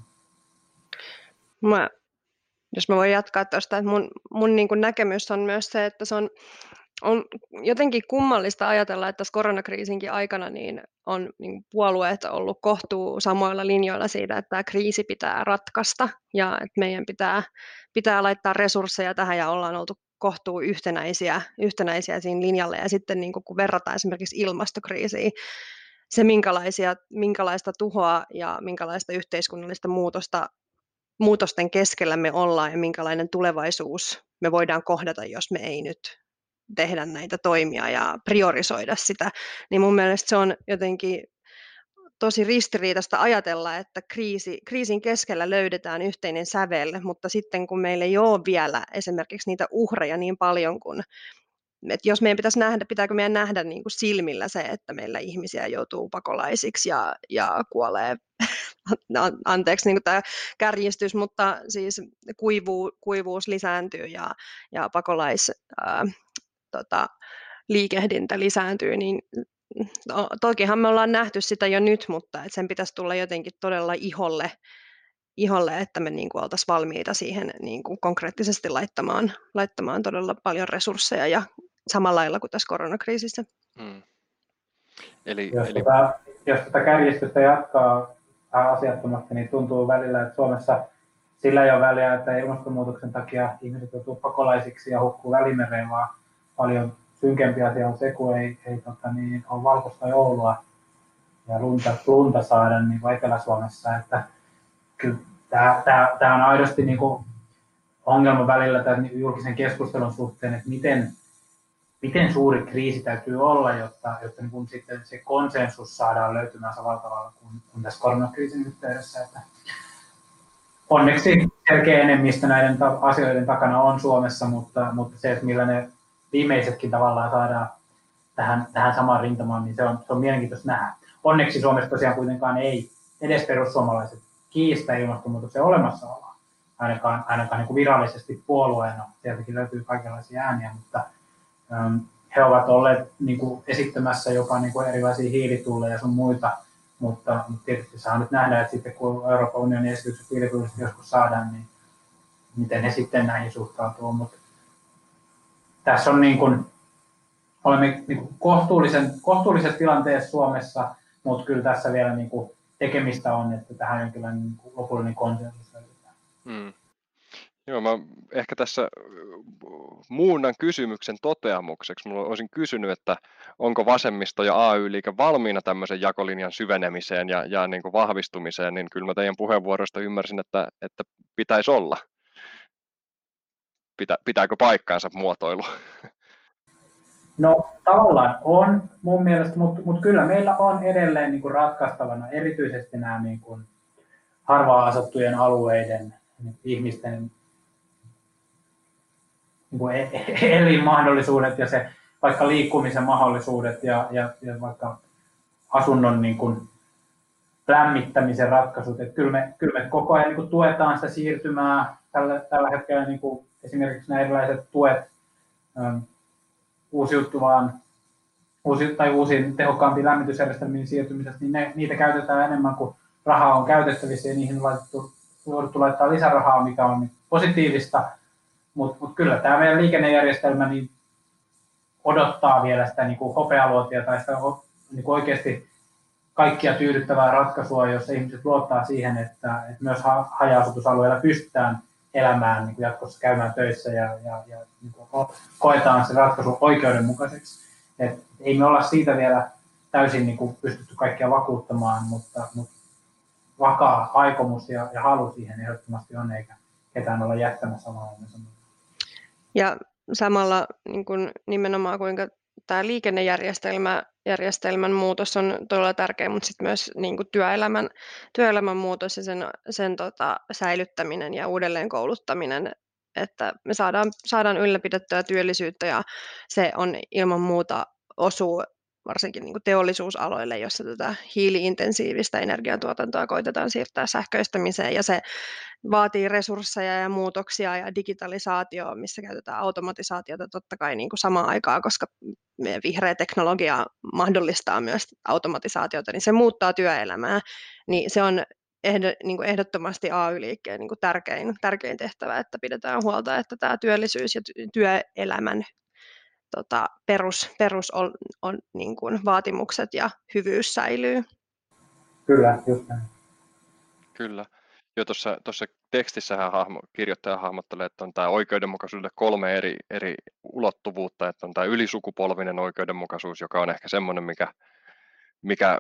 Mä, jos mä voin jatkaa tuosta, että mun, mun niin kuin näkemys on myös se, että se on, on jotenkin kummallista ajatella, että tässä koronakriisinkin aikana niin on niin puolueet ollut kohtuu samoilla linjoilla siitä, että tämä kriisi pitää ratkaista ja että meidän pitää, pitää laittaa resursseja tähän ja ollaan oltu kohtuu yhtenäisiä, yhtenäisiä siinä linjalle. Ja sitten niin kun verrataan esimerkiksi ilmastokriisiin, se minkälaisia, minkälaista tuhoa ja minkälaista yhteiskunnallista muutosta, muutosten keskellä me ollaan ja minkälainen tulevaisuus me voidaan kohdata, jos me ei nyt tehdä näitä toimia ja priorisoida sitä, niin mun mielestä se on jotenkin tosi ristiriitaista ajatella, että kriisi, kriisin keskellä löydetään yhteinen sävel, mutta sitten kun meillä ei ole vielä esimerkiksi niitä uhreja niin paljon kuin, että jos meidän pitäisi nähdä, pitääkö meidän nähdä niin kuin silmillä se, että meillä ihmisiä joutuu pakolaisiksi ja, ja kuolee, anteeksi niin kuin tämä kärjistys, mutta siis kuivu, kuivuus lisääntyy ja, ja pakolais, ää, tota, liikehdintä lisääntyy, niin No, tokihan me ollaan nähty sitä jo nyt, mutta et sen pitäisi tulla jotenkin todella iholle, iholle että me niin kuin oltaisiin valmiita siihen niin kuin konkreettisesti laittamaan, laittamaan todella paljon resursseja ja samalla lailla kuin tässä koronakriisissä. Hmm. Eli, jos, eli... Tota, jos tätä kärjistystä jatkaa asiattomasti, niin tuntuu välillä, että Suomessa sillä ei ole väliä, että ilmastonmuutoksen takia ihmiset joutuu pakolaisiksi ja hukkuu Välimereen, vaan paljon synkempi asia on se, kun ei, ei tota, niin, ole valkoista joulua ja lunta, lunta saada niin kuin Etelä-Suomessa. Että kyllä tämä, tämä, tämä on aidosti niin kuin ongelma välillä tämän julkisen keskustelun suhteen, että miten miten suuri kriisi täytyy olla, jotta, jotta niin kun sitten se konsensus saadaan löytymään samalla tavalla kuin, kuin tässä koronakriisin yhteydessä. Että onneksi selkeä enemmistö näiden ta- asioiden takana on Suomessa, mutta, mutta se, että millä ne viimeisetkin tavallaan saadaan tähän, tähän samaan rintamaan, niin se on, se on mielenkiintoista nähdä. Onneksi Suomessa tosiaan kuitenkaan ei edes perussuomalaiset kiistä ilmastonmuutoksen olemassaoloa, ainakaan, ainakaan niin kuin virallisesti puolueena. Sieltäkin löytyy kaikenlaisia ääniä, mutta um, he ovat olleet niin kuin esittämässä jopa niin kuin erilaisia hiilitulleja ja sun muita, mutta, mutta tietysti saa nyt nähdä, että sitten kun Euroopan unionin esitykset hiilitullista joskus saadaan, niin miten he sitten näihin suhtautuu. Mutta tässä on niin kuin, olemme niin kuin kohtuullisen, kohtuullisessa tilanteessa Suomessa, mutta kyllä tässä vielä niin kuin tekemistä on, että tähän jonkinlainen niin kuin lopullinen konsensus löydetään. Hmm. Joo, mä ehkä tässä muunnan kysymyksen toteamukseksi. Mulla olisin kysynyt, että onko vasemmisto ja A Y-liike valmiina tämmöisen jakolinjan syvenemiseen ja, ja niin kuin vahvistumiseen, niin kyllä mä teidän puheenvuoroista ymmärsin, että, että pitäisi olla. Pitä, pitääkö paikkaansa muotoilu? No tavallaan on mun mielestä, mutta, mutta kyllä meillä on edelleen niin kuin ratkaistavana erityisesti nämä niin kuin harvaan asuttujen alueiden niin ihmisten niin kuin elinmahdollisuudet ja se vaikka liikkumisen mahdollisuudet ja, ja, ja vaikka asunnon niin kuin lämmittämisen ratkaisut. Että kyllä, me, kyllä me koko ajan niin kuin tuetaan sitä siirtymää. Tällä, tällä hetkellä niin kuin esimerkiksi nämä erilaiset tuet ähm, uusiutuvaan uusi, tai uusiin tehokkaampiin lämmitysjärjestelmiin siirtymisestä, niin ne, niitä käytetään enemmän kuin rahaa on käytettävissä ja niihin on laitettu, jouduttu laittaa lisärahaa, mikä on positiivista. Mutta mut kyllä tämä meidän liikennejärjestelmä niin odottaa vielä sitä niin kuin hopealuotia tai sitä niin kuin oikeasti kaikkia tyydyttävää ratkaisua, jossa ihmiset luottaa siihen, että, että myös haja-asutusalueilla pystytään elämään niin kuin jatkossa käymään töissä ja, ja, ja niin kuin koetaan se ratkaisu oikeudenmukaiseksi. Et ei me olla siitä vielä täysin niin kuin pystytty kaikkia vakuuttamaan, mutta, mutta vakaa aikomus ja, ja halu siihen ehdottomasti on, eikä ketään olla jättämässä omaa. Ja samalla niin kuin nimenomaan kuinka tämä liikennejärjestelmä, järjestelmän muutos on todella tärkeä, mutta sitten myös niin kuin työelämän, työelämän muutos ja sen, sen tota, säilyttäminen ja uudelleen kouluttaminen, että me saadaan, saadaan ylläpidettyä työllisyyttä ja se on ilman muuta osuu varsinkin niin kuin teollisuusaloille, jossa tätä hiili-intensiivistä energiantuotantoa koitetaan siirtää sähköistämiseen ja se vaatii resursseja ja muutoksia ja digitalisaatioa, missä käytetään automatisaatiota totta kai niin kuin samaan aikaan, koska meidän vihreä teknologia mahdollistaa myös automatisaatiota, niin se muuttaa työelämää, niin se on niin kuin ehdottomasti A Y-liikkeen niin kuin tärkein, tärkein tehtävä, että pidetään huolta, että tämä työllisyys ja työelämän tota, perus, perus on, on niin kuin vaatimukset ja hyvyys säilyy. Kyllä, just näin. Kyllä. Jo tuossa, tuossa tekstissähän hahmo, kirjoittaja hahmottelee, että on tämä oikeudenmukaisuudelle kolme eri, eri ulottuvuutta, että on tämä ylisukupolvinen oikeudenmukaisuus, joka on ehkä semmoinen, mikä, mikä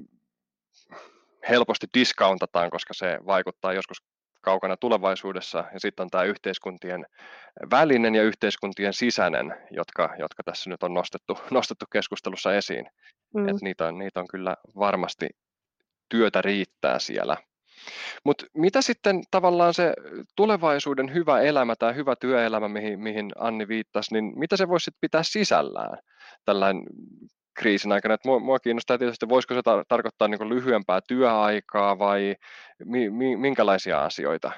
helposti discountataan, koska se vaikuttaa joskus kaukana tulevaisuudessa, ja sitten on tämä yhteiskuntien välinen ja yhteiskuntien sisäinen, jotka, jotka tässä nyt on nostettu, nostettu keskustelussa esiin. Mm. Et niitä, on, niitä on kyllä varmasti työtä riittää siellä. Mutta mitä sitten tavallaan se tulevaisuuden hyvä elämä tai hyvä työelämä, mihin, mihin Anni viittasi, niin mitä se voisi sitten pitää sisällään tällainen kriisin aikana? Et mua, mua kiinnostaa tietysti, voisiko se tar- tarkoittaa niin kuin lyhyempää työaikaa vai mi- mi- minkälaisia asioita?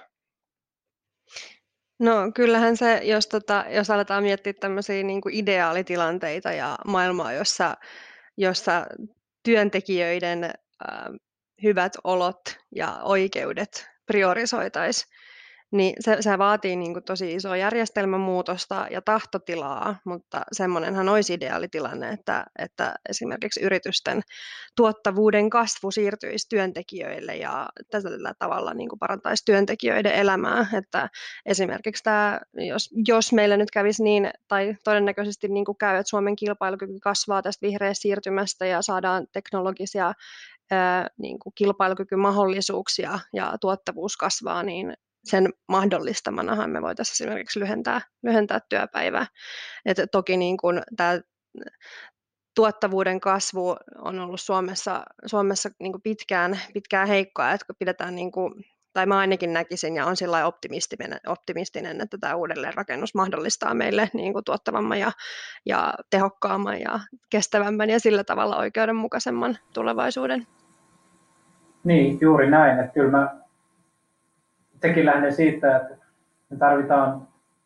No kyllähän se, jos, tota, jos aletaan miettiä tämmöisiä niin kuin ideaalitilanteita ja maailmaa, jossa, jossa työntekijöiden äh, hyvät olot ja oikeudet priorisoitaisiin, niin se, se vaatii niin kuin tosi isoa järjestelmämuutosta ja tahtotilaa, mutta semmoinenhan olisi ideaalitilanne, että, että esimerkiksi yritysten tuottavuuden kasvu siirtyisi työntekijöille ja tällä tavalla niin kuin parantaisi työntekijöiden elämää. Että esimerkiksi tämä, jos, jos meillä nyt kävisi niin, tai todennäköisesti niin kuin käy, että Suomen kilpailukyky kasvaa tästä vihreästä siirtymästä ja saadaan teknologisia ää, niin kuin kilpailukykymahdollisuuksia ja tuottavuus kasvaa, niin sen mahdollistamanahan me voitaisiin esimerkiksi lyhentää, lyhentää työpäivää. Et toki niin kun tämä tuottavuuden kasvu on ollut Suomessa, Suomessa niin kuin pitkään, pitkään heikkoa, että kun pidetään, niin kuin, tai mä ainakin näkisin ja on sillä optimistinen, optimistinen, että tämä uudelleenrakennus mahdollistaa meille niin kuin tuottavamman ja, ja tehokkaamman ja kestävämmän ja sillä tavalla oikeudenmukaisemman tulevaisuuden. Niin, juuri näin. Että kyllä mä tekin lähden siitä, että me tarvitaan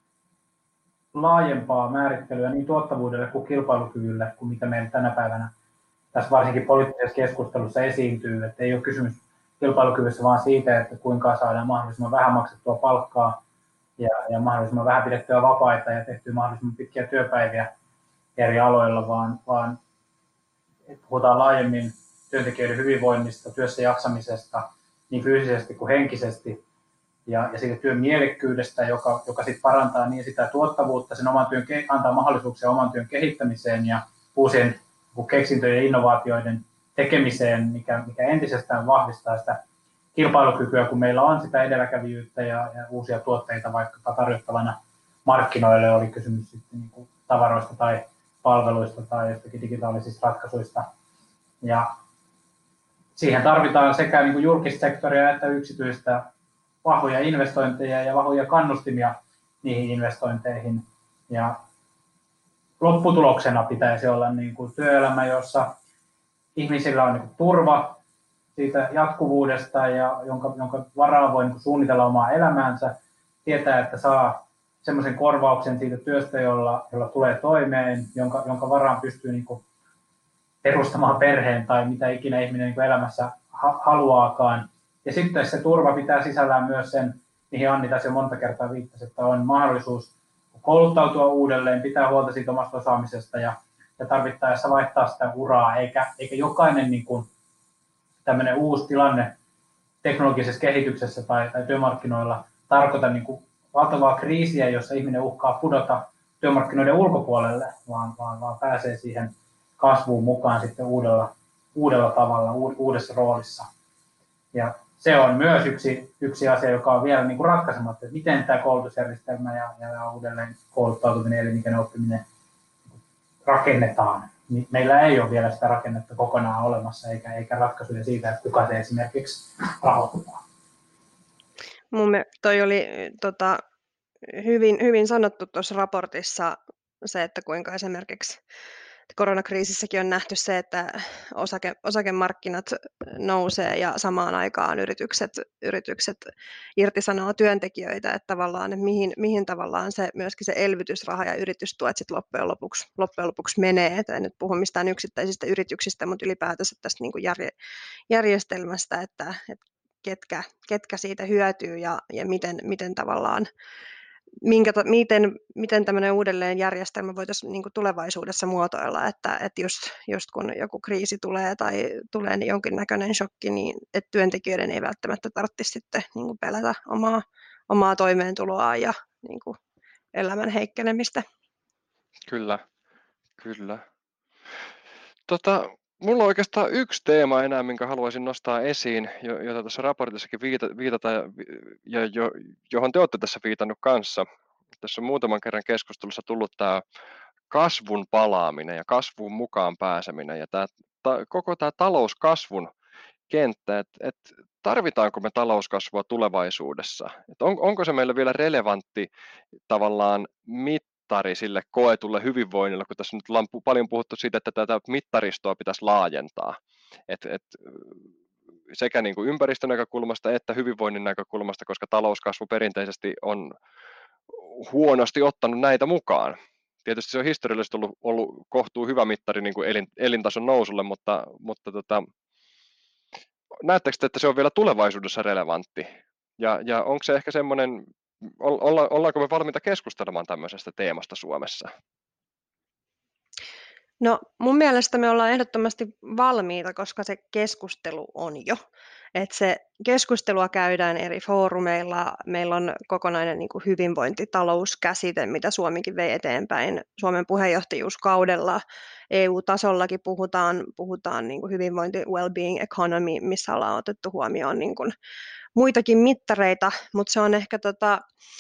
laajempaa määrittelyä niin tuottavuudelle kuin kilpailukyvylle kuin mitä meillä tänä päivänä tässä varsinkin poliittisessa keskustelussa esiintyy. Että ei ole kysymys kilpailukyvyssä vaan siitä, että kuinka saadaan mahdollisimman vähän maksettua palkkaa ja, ja mahdollisimman vähän pidettyä vapaita ja tehtyä mahdollisimman pitkiä työpäiviä eri aloilla, vaan, vaan puhutaan laajemmin työntekijöiden hyvinvoinnista, työssä jaksamisesta niin fyysisesti kuin henkisesti ja, ja siitä työn mielekkyydestä, joka, joka sit parantaa niin sitä tuottavuutta, sen oman työn, antaa mahdollisuuksia oman työn kehittämiseen ja uusien keksintöjen ja innovaatioiden tekemiseen, mikä, mikä entisestään vahvistaa sitä kilpailukykyä, kun meillä on sitä edelläkävijyyttä ja, ja uusia tuotteita vaikkapa tarjottavana markkinoille, oli kysymys sitten niin kuin tavaroista tai palveluista tai jostakin digitaalisista ratkaisuista. Ja siihen tarvitaan sekä niin kuin julkista sektoria että yksityistä vahvoja investointeja ja vahvoja kannustimia niihin investointeihin. Ja lopputuloksena pitäisi olla niin kuin työelämä, jossa ihmisillä on niin kuin turva siitä jatkuvuudesta, ja jonka, jonka varaa voi niin kuin suunnitella omaa elämäänsä, tietää, että saa semmoisen korvauksen siitä työstä, jolla, jolla tulee toimeen, jonka, jonka varaan pystyy niin kuin perustamaan perheen tai mitä ikinä ihminen niin kuin elämässä ha- haluaakaan. Ja sitten se turva pitää sisällään myös sen, mihin Anni tässä jo monta kertaa viittasi, että on mahdollisuus kouluttautua uudelleen, pitää huolta siitä omasta osaamisesta ja, ja tarvittaessa vaihtaa sitä uraa, eikä, eikä jokainen niin kuin, tämmöinen uusi tilanne teknologisessa kehityksessä tai, tai työmarkkinoilla tarkoita niin kuin valtavaa kriisiä, jossa ihminen uhkaa pudota työmarkkinoiden ulkopuolelle, vaan, vaan, vaan pääsee siihen kasvuun mukaan sitten uudella, uudella tavalla, uudessa roolissa. Ja se on myös yksi, yksi asia, joka on vielä niin kuin ratkaisematta, että miten tämä koulutusjärjestelmä ja, ja uudelleen kouluttautuminen ja elinikäinen oppiminen rakennetaan. Meillä ei ole vielä sitä rakennetta kokonaan olemassa, eikä, eikä ratkaisuja siitä, että kuka se esimerkiksi rahoittaa. Mun mielestä toi oli tota, hyvin, hyvin sanottu tuossa raportissa se, että kuinka esimerkiksi koronakriisissäkin on nähty se, että osake, osakemarkkinat nousee ja samaan aikaan yritykset, yritykset irtisanoo työntekijöitä, että tavallaan, että mihin, mihin tavallaan se, myöskin se elvytysraha ja yritystuet sit loppujen lopuksi, loppujen lopuksi menee. Et en nyt puhu mistään yksittäisistä yrityksistä, mutta ylipäätänsä tästä niin kuin järje, järjestelmästä, että, että ketkä, ketkä siitä hyötyy ja, ja miten, miten tavallaan Minkä, miten, miten tämmöinen uudelleenjärjestelmä voitaisiin niin kuin tulevaisuudessa muotoilla, että, että just, just kun joku kriisi tulee tai tulee niin jonkinnäköinen shokki, niin että työntekijöiden ei välttämättä tarvitse sitten niin kuin pelätä omaa, omaa toimeentuloa ja niin kuin elämän heikkenemistä. Kyllä, kyllä. Tota, mulla on oikeastaan yksi teema enää, minkä haluaisin nostaa esiin, jota tuossa raportissakin viitataan ja, ja jo, johon te olette tässä viitannut kanssa. Tässä on muutaman kerran keskustelussa tullut tämä kasvun palaaminen ja kasvuun mukaan pääseminen ja tämä, ta, koko tämä talouskasvun kenttä, että et tarvitaanko me talouskasvua tulevaisuudessa, et on, onko se meillä vielä relevantti tavallaan mittari sille koetulle hyvinvoinnille, kun tässä nyt ollaan paljon puhuttu siitä, että tätä mittaristoa pitäisi laajentaa, et, et, sekä niin kuin ympäristön näkökulmasta että hyvinvoinnin näkökulmasta, koska talouskasvu perinteisesti on huonosti ottanut näitä mukaan. Tietysti se on historiallisesti ollut, ollut kohtuu hyvä mittari niin kuin elin, elintason nousulle, mutta, mutta tota, näettekö te, että se on vielä tulevaisuudessa relevantti? Ja, ja onko se ehkä semmoinen, olla, ollaanko me valmiita keskustelemaan tämmöisestä teemasta Suomessa? No mun mielestä me ollaan ehdottomasti valmiita, koska se keskustelu on jo. Että se keskustelua käydään eri foorumeilla. Meillä on kokonainen niin kuin hyvinvointitalouskäsite, mitä Suomikin vei eteenpäin Suomen puheenjohtajuuskaudella. E U-tasollakin puhutaan, puhutaan niin kuin hyvinvointi, well-being economy, missä ollaan otettu huomioon niin kuin muitakin mittareita, mutta se on ehkä tota,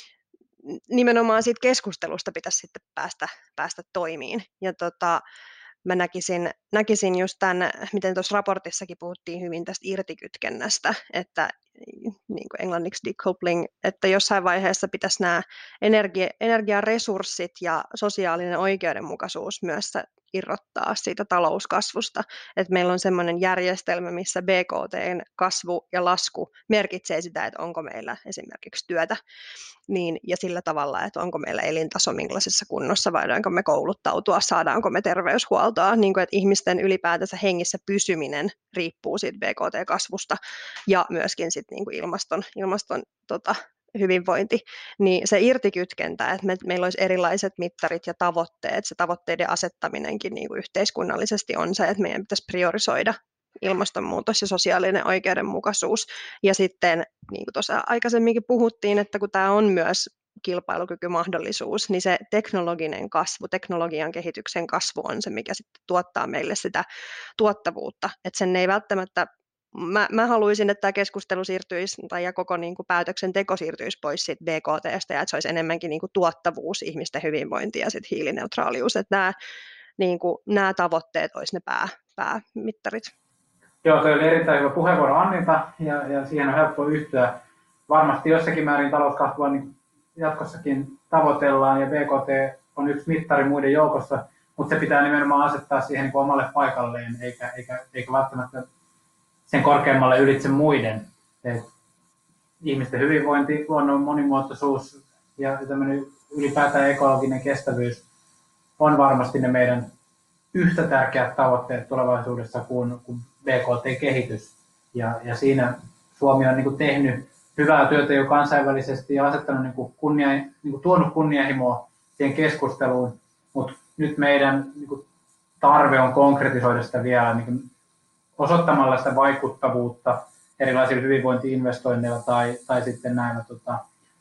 nimenomaan siitä keskustelusta pitäisi sitten päästä, päästä toimiin. Ja tota, mä näkisin, näkisin just tämän, miten tuossa raportissakin puhuttiin hyvin tästä irtikytkennästä, että niin kuin englanniksi decoupling, että jossain vaiheessa pitäisi nämä energia, energiaresurssit ja sosiaalinen oikeudenmukaisuus myös irrottaa siitä talouskasvusta, että meillä on sellainen järjestelmä, missä B K T:n kasvu ja lasku merkitsee sitä, että onko meillä esimerkiksi työtä, niin, ja sillä tavalla, että onko meillä elintaso millaisessa kunnossa, voidaanko me kouluttautua, saadaanko me terveyshuoltoa, niin kuin, että ihmisten ylipäätänsä hengissä pysyminen riippuu siitä B K T-kasvusta ja myöskin sit, niin kuin ilmaston, ilmaston tota, hyvinvointi, niin se irtikytkentä, että me, meillä olisi erilaiset mittarit ja tavoitteet, se tavoitteiden asettaminenkin niin kuin yhteiskunnallisesti on se, että meidän pitäisi priorisoida ilmastonmuutos ja sosiaalinen oikeudenmukaisuus. Ja sitten, niin kuin tuossa aikaisemminkin puhuttiin, että kun tämä on myös kilpailukykymahdollisuus, niin se teknologinen kasvu, teknologian kehityksen kasvu on se, mikä sitten tuottaa meille sitä tuottavuutta. Että sen ei välttämättä Mä, mä haluaisin, että tämä keskustelu siirtyisi tai ja koko niin kuin päätöksenteko siirtyisi pois siitä B K T:stä ja että se olisi enemmänkin niin kuin tuottavuus, ihmisten hyvinvointi ja sitten hiilineutraalius. Että nämä, niin kuin, nämä tavoitteet olisi ne pää, päämittarit. Joo, toi oli erittäin hyvä puheenvuoro Annilta ja, ja siihen on helppo yhtyä. Varmasti jossakin määrin talouskasvua niin jatkossakin tavoitellaan ja B K T on yksi mittari muiden joukossa, mutta se pitää nimenomaan asettaa siihen niin kuin omalle paikalleen eikä, eikä, eikä välttämättä sen korkeammalle ylitse muiden. Et ihmisten hyvinvointi, luonnon monimuotoisuus ja tämmöinen ylipäätään ekologinen kestävyys on varmasti ne meidän yhtä tärkeät tavoitteet tulevaisuudessa kuin, kuin B K T-kehitys. Ja, ja siinä Suomi on niin kuin tehnyt hyvää työtä jo kansainvälisesti ja asettanut niin kuin kunnia, niin kuin tuonut kunnianhimoa siihen keskusteluun, mutta nyt meidän niin kuin tarve on konkretisoida sitä vielä niin kuin osoittamalla sitä vaikuttavuutta erilaisilla hyvinvointi-investoinneilla tai, tai sitten näillä tota,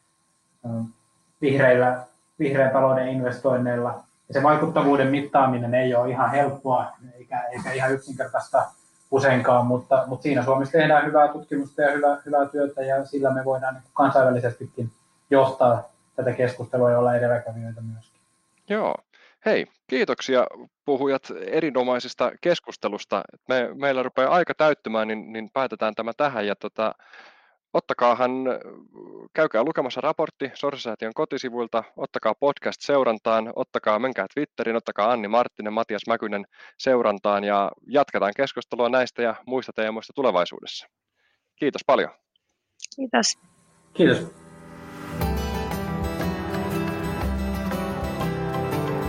vihreillä, vihreän talouden investoinneilla. Ja se vaikuttavuuden mittaaminen ei ole ihan helppoa eikä, eikä ihan yksinkertaista useinkaan, mutta, mutta siinä Suomessa tehdään hyvää tutkimusta ja hyvää, hyvää työtä ja sillä me voidaan niin kansainvälisestikin johtaa tätä keskustelua ja olla edelläkävijöitä myöskin. Joo. Hei, kiitoksia puhujat erinomaisesta keskustelusta. Me, meillä rupeaa aika täyttymään, niin, niin päätetään tämä tähän. Ja tota, ottakaahan, käykää lukemassa raportti Sorsa-säätiön kotisivuilta, ottakaa podcast seurantaan, ottakaa, menkää Twitteriin, ottakaa Anni Marttinen, Matias Mäkynen seurantaan ja jatketaan keskustelua näistä ja muista teemoista tulevaisuudessa. Kiitos paljon. Kiitos. Kiitos.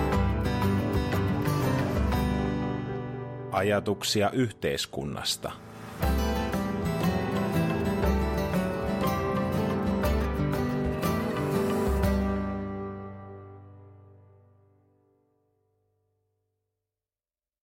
Ajatuksia yhteiskunnasta.